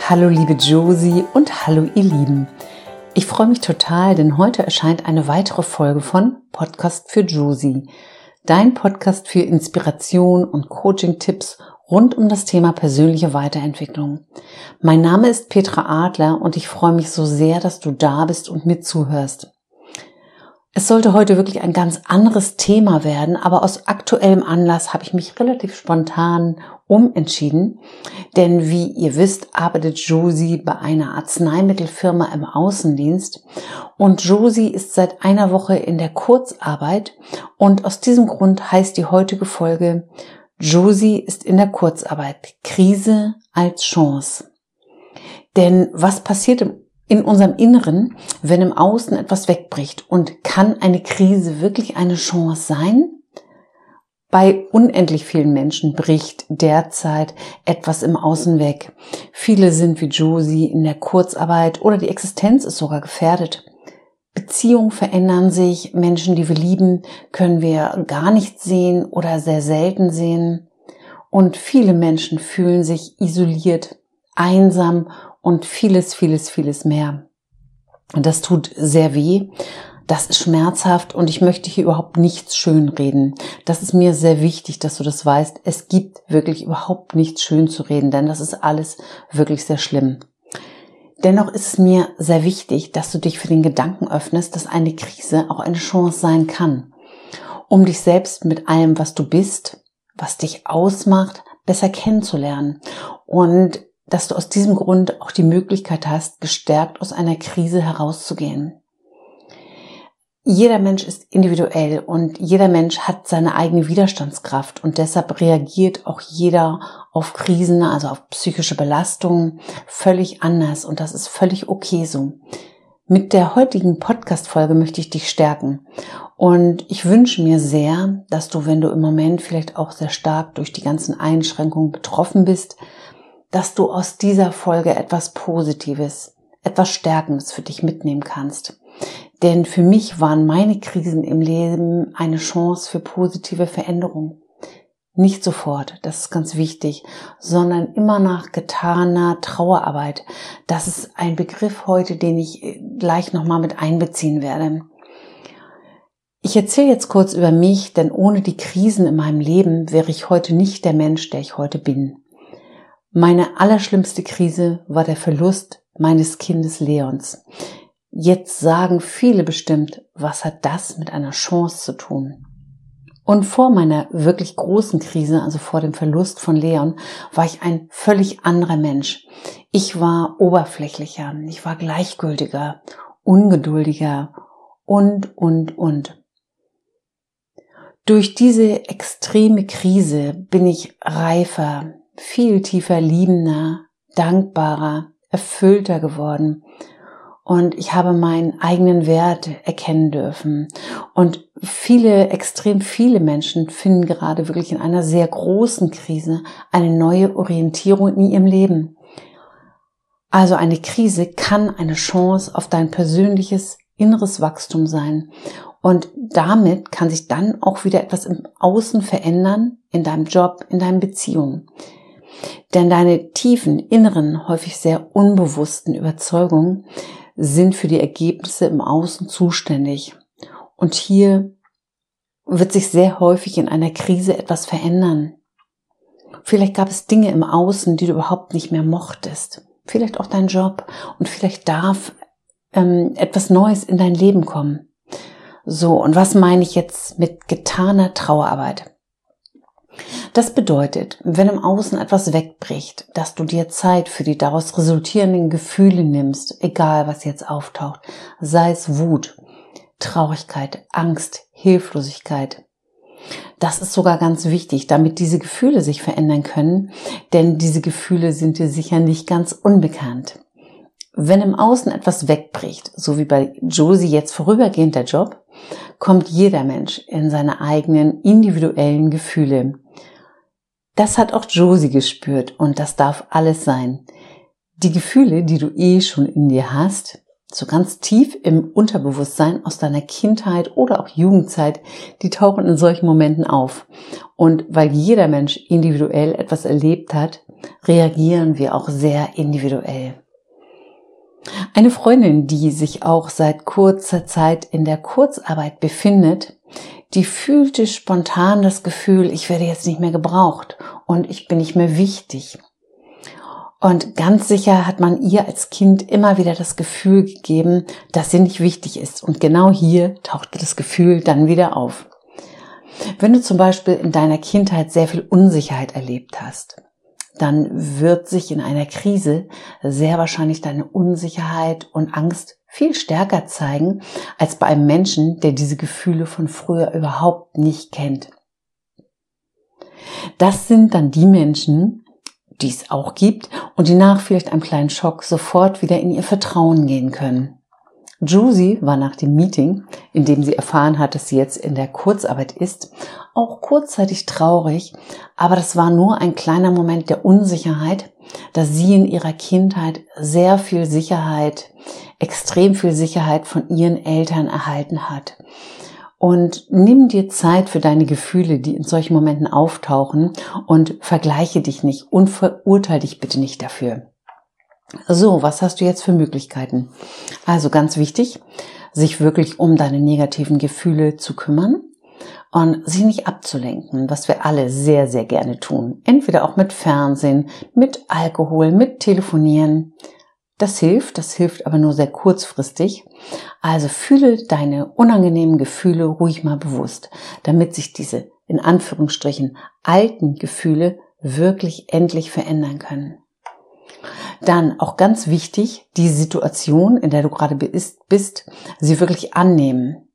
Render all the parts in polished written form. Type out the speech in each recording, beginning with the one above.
Hallo liebe Josie und hallo ihr Lieben. Ich freue mich total, denn heute erscheint eine weitere Folge von Podcast für Josie. Dein Podcast für Inspiration und Coaching-Tipps rund um das Thema persönliche Weiterentwicklung. Mein Name ist Petra Adler und ich freue mich so sehr, dass du da bist und mir zuhörst. Es sollte heute wirklich ein ganz anderes Thema werden, aber aus aktuellem Anlass habe ich mich relativ spontan umentschieden, denn wie ihr wisst, arbeitet Josie bei einer Arzneimittelfirma im Außendienst und Josie ist seit einer Woche in der Kurzarbeit und aus diesem Grund heißt die heutige Folge Josie ist in der Kurzarbeit, Krise als Chance. Denn was passiert in unserem Inneren, wenn im Außen etwas wegbricht, und kann eine Krise wirklich eine Chance sein? Bei unendlich vielen Menschen bricht derzeit etwas im Außen weg. Viele sind wie Josie in der Kurzarbeit oder die Existenz ist sogar gefährdet. Beziehungen verändern sich, Menschen, die wir lieben, können wir gar nicht sehen oder sehr selten sehen. Und viele Menschen fühlen sich isoliert, einsam und vieles mehr. Und das tut sehr weh, das ist schmerzhaft und ich möchte hier überhaupt nichts schönreden. Das ist mir sehr wichtig, dass du das weißt. Es gibt wirklich überhaupt nichts schön zu reden, denn das ist alles wirklich sehr schlimm. Dennoch ist es mir sehr wichtig, dass du dich für den Gedanken öffnest, dass eine Krise auch eine Chance sein kann, um dich selbst mit allem, was du bist, was dich ausmacht, besser kennenzulernen und dass du aus diesem Grund auch die Möglichkeit hast, gestärkt aus einer Krise herauszugehen. Jeder Mensch ist individuell und jeder Mensch hat seine eigene Widerstandskraft und deshalb reagiert auch jeder auf Krisen, also auf psychische Belastungen, völlig anders und das ist völlig okay so. Mit der heutigen Podcast-Folge möchte ich dich stärken und ich wünsche mir sehr, dass du, wenn du im Moment vielleicht auch sehr stark durch die ganzen Einschränkungen betroffen bist, dass du aus dieser Folge etwas Positives, etwas Stärkendes für dich mitnehmen kannst. Denn für mich waren meine Krisen im Leben eine Chance für positive Veränderung. Nicht sofort, das ist ganz wichtig, sondern immer nach getaner Trauerarbeit. Das ist ein Begriff heute, den ich gleich nochmal mit einbeziehen werde. Ich erzähle jetzt kurz über mich, denn ohne die Krisen in meinem Leben wäre ich heute nicht der Mensch, der ich heute bin. Meine allerschlimmste Krise war der Verlust meines Kindes Leons. Jetzt sagen viele bestimmt, was hat das mit einer Chance zu tun? Und vor meiner wirklich großen Krise, also vor dem Verlust von Leon, war ich ein völlig anderer Mensch. Ich war oberflächlicher, ich war gleichgültiger, ungeduldiger und. Durch diese extreme Krise bin ich reifer, viel tiefer liebender, dankbarer, erfüllter geworden. Und ich habe meinen eigenen Wert erkennen dürfen. Und extrem viele Menschen finden gerade wirklich in einer sehr großen Krise eine neue Orientierung in ihrem Leben. Also eine Krise kann eine Chance auf dein persönliches inneres Wachstum sein. Und damit kann sich dann auch wieder etwas im Außen verändern, in deinem Job, in deinen Beziehungen. Denn deine tiefen, inneren, häufig sehr unbewussten Überzeugungen sind für die Ergebnisse im Außen zuständig. Und hier wird sich sehr häufig in einer Krise etwas verändern. Vielleicht gab es Dinge im Außen, die du überhaupt nicht mehr mochtest. Vielleicht auch dein Job. Und vielleicht darf etwas Neues in dein Leben kommen. So, und was meine ich jetzt mit getaner Trauerarbeit? Das bedeutet, wenn im Außen etwas wegbricht, dass du dir Zeit für die daraus resultierenden Gefühle nimmst, egal was jetzt auftaucht, sei es Wut, Traurigkeit, Angst, Hilflosigkeit. Das ist sogar ganz wichtig, damit diese Gefühle sich verändern können, denn diese Gefühle sind dir sicher nicht ganz unbekannt. Wenn im Außen etwas wegbricht, so wie bei Josie jetzt vorübergehend der Job, kommt jeder Mensch in seine eigenen individuellen Gefühle. Das hat auch Josie gespürt und das darf alles sein. Die Gefühle, die du schon in dir hast, so ganz tief im Unterbewusstsein aus deiner Kindheit oder auch Jugendzeit, die tauchen in solchen Momenten auf. Und weil jeder Mensch individuell etwas erlebt hat, reagieren wir auch sehr individuell. Eine Freundin, die sich auch seit kurzer Zeit in der Kurzarbeit befindet, die fühlte spontan das Gefühl, ich werde jetzt nicht mehr gebraucht und ich bin nicht mehr wichtig. Und ganz sicher hat man ihr als Kind immer wieder das Gefühl gegeben, dass sie nicht wichtig ist. Und genau hier tauchte das Gefühl dann wieder auf. Wenn du zum Beispiel in deiner Kindheit sehr viel Unsicherheit erlebt hast, dann wird sich in einer Krise sehr wahrscheinlich deine Unsicherheit und Angst viel stärker zeigen als bei einem Menschen, der diese Gefühle von früher überhaupt nicht kennt. Das sind dann die Menschen, die es auch gibt und die nach vielleicht einem kleinen Schock sofort wieder in ihr Vertrauen gehen können. Josie war nach dem Meeting, in dem sie erfahren hat, dass sie jetzt in der Kurzarbeit ist, auch kurzzeitig traurig, aber das war nur ein kleiner Moment der Unsicherheit, da sie in ihrer Kindheit sehr viel Sicherheit, extrem viel Sicherheit von ihren Eltern erhalten hat. Und nimm dir Zeit für deine Gefühle, die in solchen Momenten auftauchen, und vergleiche dich nicht und verurteile dich bitte nicht dafür. So, was hast du jetzt für Möglichkeiten? Also ganz wichtig, sich wirklich um deine negativen Gefühle zu kümmern und sich nicht abzulenken, was wir alle sehr, sehr gerne tun. Entweder auch mit Fernsehen, mit Alkohol, mit Telefonieren. Das hilft aber nur sehr kurzfristig. Also fühle deine unangenehmen Gefühle ruhig mal bewusst, damit sich diese, in Anführungsstrichen, alten Gefühle wirklich endlich verändern können. Dann auch ganz wichtig, die Situation, in der du gerade bist, sie wirklich annehmen.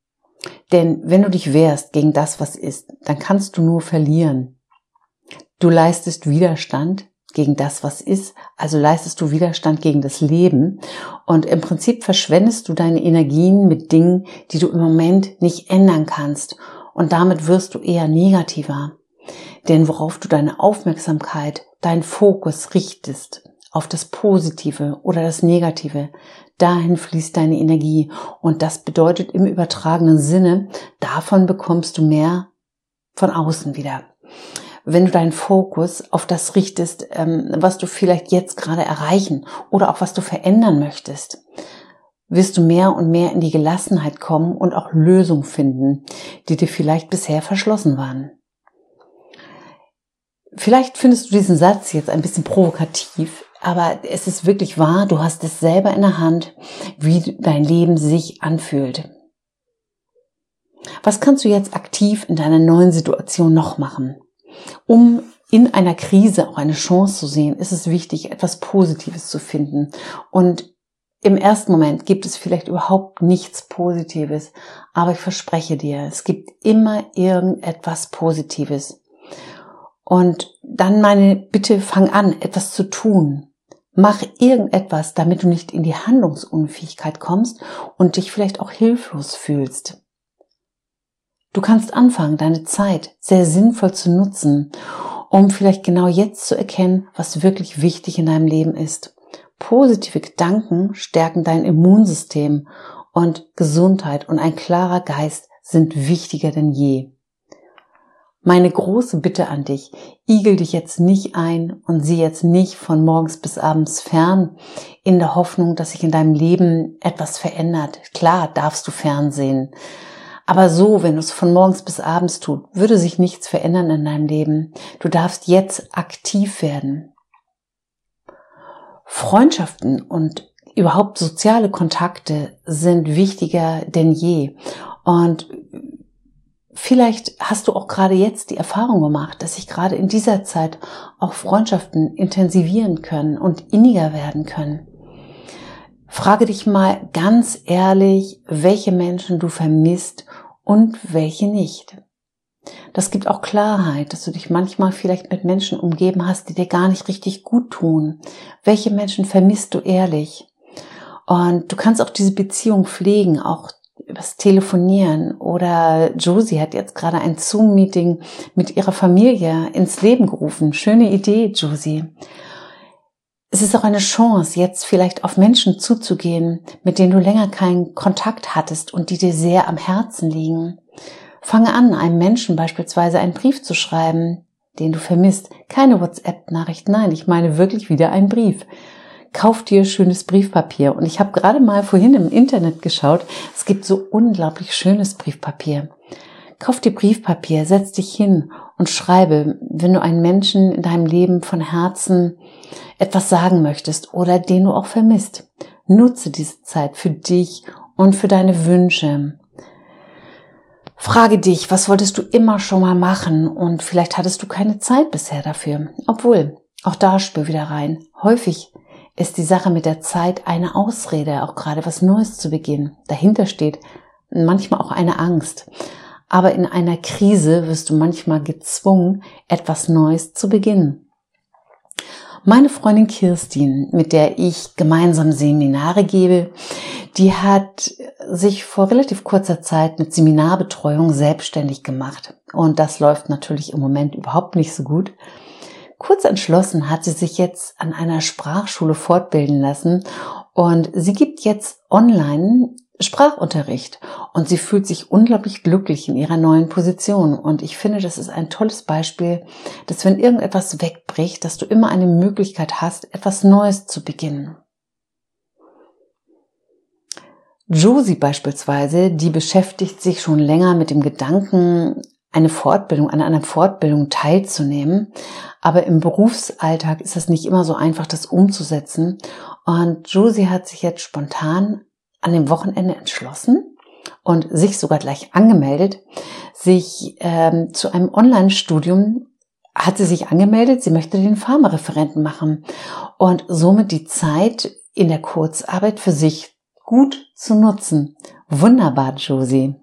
Denn wenn du dich wehrst gegen das, was ist, dann kannst du nur verlieren. Du leistest Widerstand gegen das, was ist, also leistest du Widerstand gegen das Leben und im Prinzip verschwendest du deine Energien mit Dingen, die du im Moment nicht ändern kannst und damit wirst du eher negativer. Denn worauf du deine Aufmerksamkeit, deinen Fokus richtest, auf das Positive oder das Negative, dahin fließt deine Energie und das bedeutet im übertragenen Sinne, davon bekommst du mehr von außen wieder. Wenn du deinen Fokus auf das richtest, was du vielleicht jetzt gerade erreichen oder auch was du verändern möchtest, wirst du mehr und mehr in die Gelassenheit kommen und auch Lösungen finden, die dir vielleicht bisher verschlossen waren. Vielleicht findest du diesen Satz jetzt ein bisschen provokativ, aber es ist wirklich wahr, du hast es selber in der Hand, wie dein Leben sich anfühlt. Was kannst du jetzt aktiv in deiner neuen Situation noch machen? Um in einer Krise auch eine Chance zu sehen, ist es wichtig, etwas Positives zu finden. Und im ersten Moment gibt es vielleicht überhaupt nichts Positives, aber ich verspreche dir, es gibt immer irgendetwas Positives. Und dann meine Bitte, fang an, etwas zu tun. Mach irgendetwas, damit du nicht in die Handlungsunfähigkeit kommst und dich vielleicht auch hilflos fühlst. Du kannst anfangen, deine Zeit sehr sinnvoll zu nutzen, um vielleicht genau jetzt zu erkennen, was wirklich wichtig in deinem Leben ist. Positive Gedanken stärken dein Immunsystem und Gesundheit und ein klarer Geist sind wichtiger denn je. Meine große Bitte an dich, igel dich jetzt nicht ein und sieh jetzt nicht von morgens bis abends fern, in der Hoffnung, dass sich in deinem Leben etwas verändert. Klar darfst du fernsehen, aber so, wenn du es von morgens bis abends tust, würde sich nichts verändern in deinem Leben. Du darfst jetzt aktiv werden. Freundschaften und überhaupt soziale Kontakte sind wichtiger denn je. Und vielleicht hast du auch gerade jetzt die Erfahrung gemacht, dass sich gerade in dieser Zeit auch Freundschaften intensivieren können und inniger werden können. Frage dich mal ganz ehrlich, welche Menschen du vermisst und welche nicht. Das gibt auch Klarheit, dass du dich manchmal vielleicht mit Menschen umgeben hast, die dir gar nicht richtig gut tun. Welche Menschen vermisst du ehrlich? Und du kannst auch diese Beziehung pflegen, auch übers Telefonieren. Oder Josie hat jetzt gerade ein Zoom-Meeting mit ihrer Familie ins Leben gerufen. Schöne Idee, Josie. Es ist auch eine Chance, jetzt vielleicht auf Menschen zuzugehen, mit denen du länger keinen Kontakt hattest und die dir sehr am Herzen liegen. Fange an, einem Menschen beispielsweise einen Brief zu schreiben, den du vermisst. Keine WhatsApp-Nachricht, nein, ich meine wirklich wieder einen Brief. Kauf dir schönes Briefpapier. Und ich habe gerade mal vorhin im Internet geschaut, es gibt so unglaublich schönes Briefpapier. Kauf dir Briefpapier, setz dich hin und schreibe, wenn du einen Menschen in deinem Leben von Herzen etwas sagen möchtest oder den du auch vermisst. Nutze diese Zeit für dich und für deine Wünsche. Frage dich, was wolltest du immer schon mal machen und vielleicht hattest du keine Zeit bisher dafür. Obwohl, auch da spür wieder rein. Häufig ist die Sache mit der Zeit eine Ausrede, auch gerade was Neues zu beginnen. Dahinter steht manchmal auch eine Angst. Aber in einer Krise wirst du manchmal gezwungen, etwas Neues zu beginnen. Meine Freundin Kirstin, mit der ich gemeinsam Seminare gebe, die hat sich vor relativ kurzer Zeit mit Seminarbetreuung selbstständig gemacht. Und das läuft natürlich im Moment überhaupt nicht so gut. Kurz entschlossen hat sie sich jetzt an einer Sprachschule fortbilden lassen und sie gibt jetzt online Sprachunterricht und sie fühlt sich unglaublich glücklich in ihrer neuen Position. Und ich finde, das ist ein tolles Beispiel, dass wenn irgendetwas wegbricht, dass du immer eine Möglichkeit hast, etwas Neues zu beginnen. Josie beispielsweise, die beschäftigt sich schon länger mit dem Gedanken, an einer Fortbildung teilzunehmen. Aber im Berufsalltag ist es nicht immer so einfach, das umzusetzen. Und Josie hat sich jetzt spontan an dem Wochenende entschlossen und sich sogar gleich angemeldet, sich zu einem Online-Studium hat sie sich angemeldet. Sie möchte den Pharmareferenten machen und somit die Zeit in der Kurzarbeit für sich gut zu nutzen. Wunderbar, Josie.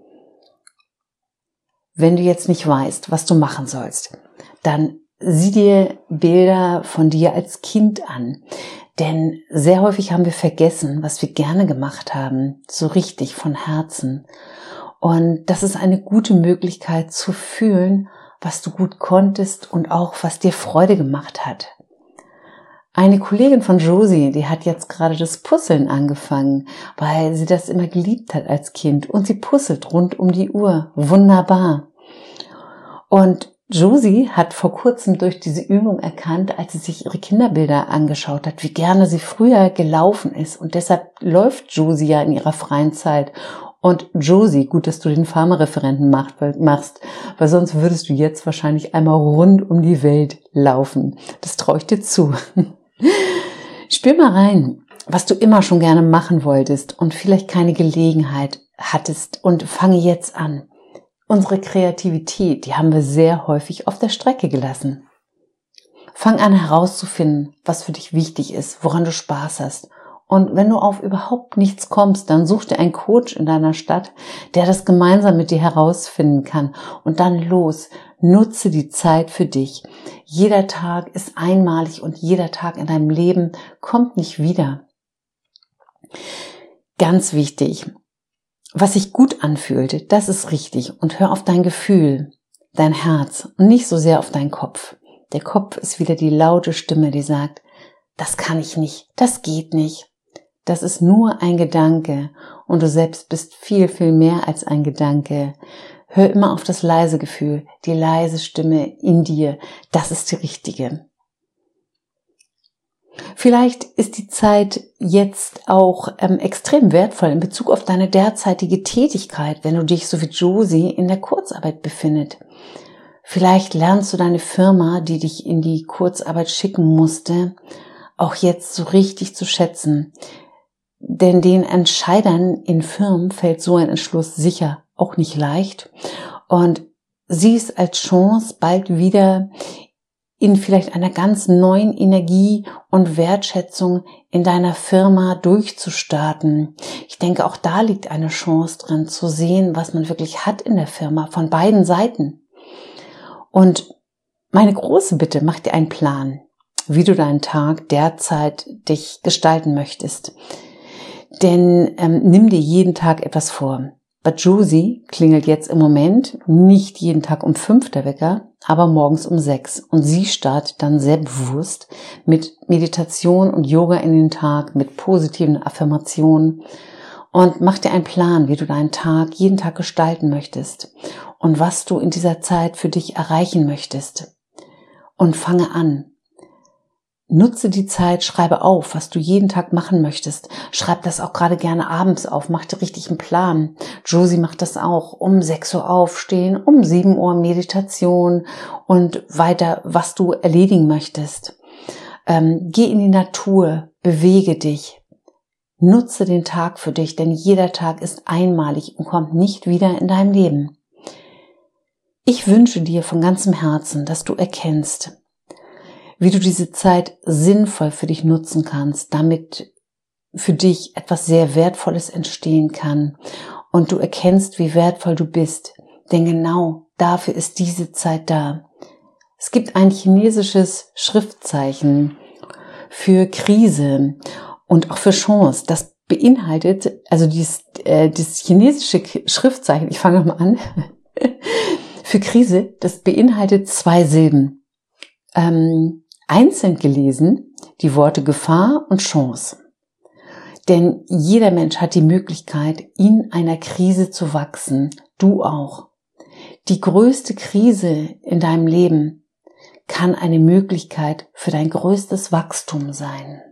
Wenn du jetzt nicht weißt, was du machen sollst, dann sieh dir Bilder von dir als Kind an. Denn sehr häufig haben wir vergessen, was wir gerne gemacht haben, so richtig von Herzen. Und das ist eine gute Möglichkeit zu fühlen, was du gut konntest und auch was dir Freude gemacht hat. Eine Kollegin von Josie, die hat jetzt gerade das Puzzeln angefangen, weil sie das immer geliebt hat als Kind und sie puzzelt rund um die Uhr. Wunderbar. Und Josie hat vor kurzem durch diese Übung erkannt, als sie sich ihre Kinderbilder angeschaut hat, wie gerne sie früher gelaufen ist. Und deshalb läuft Josie ja in ihrer freien Zeit. Und Josie, gut, dass du den Pharmareferenten machst, weil sonst würdest du jetzt wahrscheinlich einmal rund um die Welt laufen. Das traue ich dir zu. Spür mal rein, was du immer schon gerne machen wolltest und vielleicht keine Gelegenheit hattest und fange jetzt an. Unsere Kreativität, die haben wir sehr häufig auf der Strecke gelassen. Fang an herauszufinden, was für dich wichtig ist, woran du Spaß hast. Und wenn du auf überhaupt nichts kommst, dann such dir einen Coach in deiner Stadt, der das gemeinsam mit dir herausfinden kann. Und dann los, nutze die Zeit für dich. Jeder Tag ist einmalig und jeder Tag in deinem Leben kommt nicht wieder. Ganz wichtig, was sich gut anfühlt, das ist richtig. Und hör auf dein Gefühl, dein Herz und nicht so sehr auf deinen Kopf. Der Kopf ist wieder die laute Stimme, die sagt, das kann ich nicht, das geht nicht. Das ist nur ein Gedanke und du selbst bist viel, viel mehr als ein Gedanke. Hör immer auf das leise Gefühl, die leise Stimme in dir. Das ist die richtige. Vielleicht ist die Zeit jetzt auch extrem wertvoll in Bezug auf deine derzeitige Tätigkeit, wenn du dich so wie Josie in der Kurzarbeit befindest. Vielleicht lernst du deine Firma, die dich in die Kurzarbeit schicken musste, auch jetzt so richtig zu schätzen. Denn den Entscheidern in Firmen fällt so ein Entschluss sicher auch nicht leicht. Und sieh es als Chance, bald wieder in vielleicht einer ganz neuen Energie und Wertschätzung in deiner Firma durchzustarten. Ich denke, auch da liegt eine Chance drin, zu sehen, was man wirklich hat in der Firma, von beiden Seiten. Und meine große Bitte, mach dir einen Plan, wie du deinen Tag derzeit dich gestalten möchtest. Denn nimm dir jeden Tag etwas vor. Bei Josie klingelt jetzt im Moment nicht jeden Tag um 5 der Wecker, aber morgens um 6. Und sie startet dann sehr bewusst mit Meditation und Yoga in den Tag, mit positiven Affirmationen. Und mach dir einen Plan, wie du deinen Tag jeden Tag gestalten möchtest und was du in dieser Zeit für dich erreichen möchtest. und fange an. Nutze die Zeit, schreibe auf, was du jeden Tag machen möchtest. Schreib das auch gerade gerne abends auf, mach dir richtig einen Plan. Josie macht das auch. Um 6 Uhr aufstehen, um 7 Uhr Meditation und weiter, was du erledigen möchtest. Geh in die Natur, bewege dich. Nutze den Tag für dich, denn jeder Tag ist einmalig und kommt nicht wieder in deinem Leben. Ich wünsche dir von ganzem Herzen, dass du erkennst, wie du diese Zeit sinnvoll für dich nutzen kannst, damit für dich etwas sehr Wertvolles entstehen kann und du erkennst, wie wertvoll du bist, denn genau dafür ist diese Zeit da. Es gibt ein chinesisches Schriftzeichen für Krise und auch für Chance. Das beinhaltet, also das chinesische Schriftzeichen, ich fange nochmal an, für Krise, das beinhaltet 2 Silben. Einzeln gelesen die Worte Gefahr und Chance. Denn jeder Mensch hat die Möglichkeit, in einer Krise zu wachsen. Du auch. Die größte Krise in deinem Leben kann eine Möglichkeit für dein größtes Wachstum sein.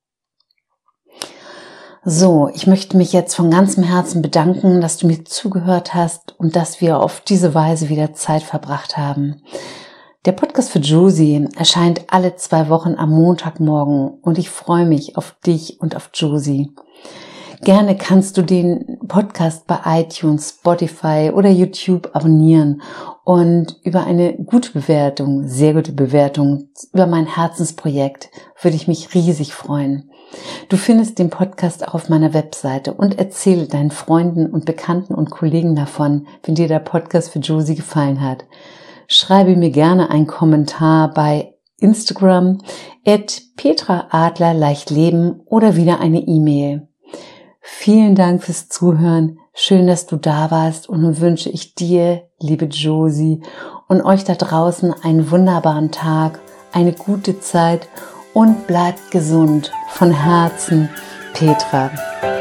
So, ich möchte mich jetzt von ganzem Herzen bedanken, dass du mir zugehört hast und dass wir auf diese Weise wieder Zeit verbracht haben. Der Podcast für Josie erscheint alle 2 Wochen am Montagmorgen und ich freue mich auf dich und auf Josie. Gerne kannst du den Podcast bei iTunes, Spotify oder YouTube abonnieren und über eine gute Bewertung, sehr gute Bewertung über mein Herzensprojekt würde ich mich riesig freuen. Du findest den Podcast auch auf meiner Webseite und erzähle deinen Freunden und Bekannten und Kollegen davon, wenn dir der Podcast für Josie gefallen hat. Schreibe mir gerne einen Kommentar bei Instagram @petraadlerleichtleben oder wieder eine E-Mail. Vielen Dank fürs Zuhören. Schön, dass du da warst und nun wünsche ich dir, liebe Josie, und euch da draußen einen wunderbaren Tag, eine gute Zeit und bleibt gesund. Von Herzen, Petra.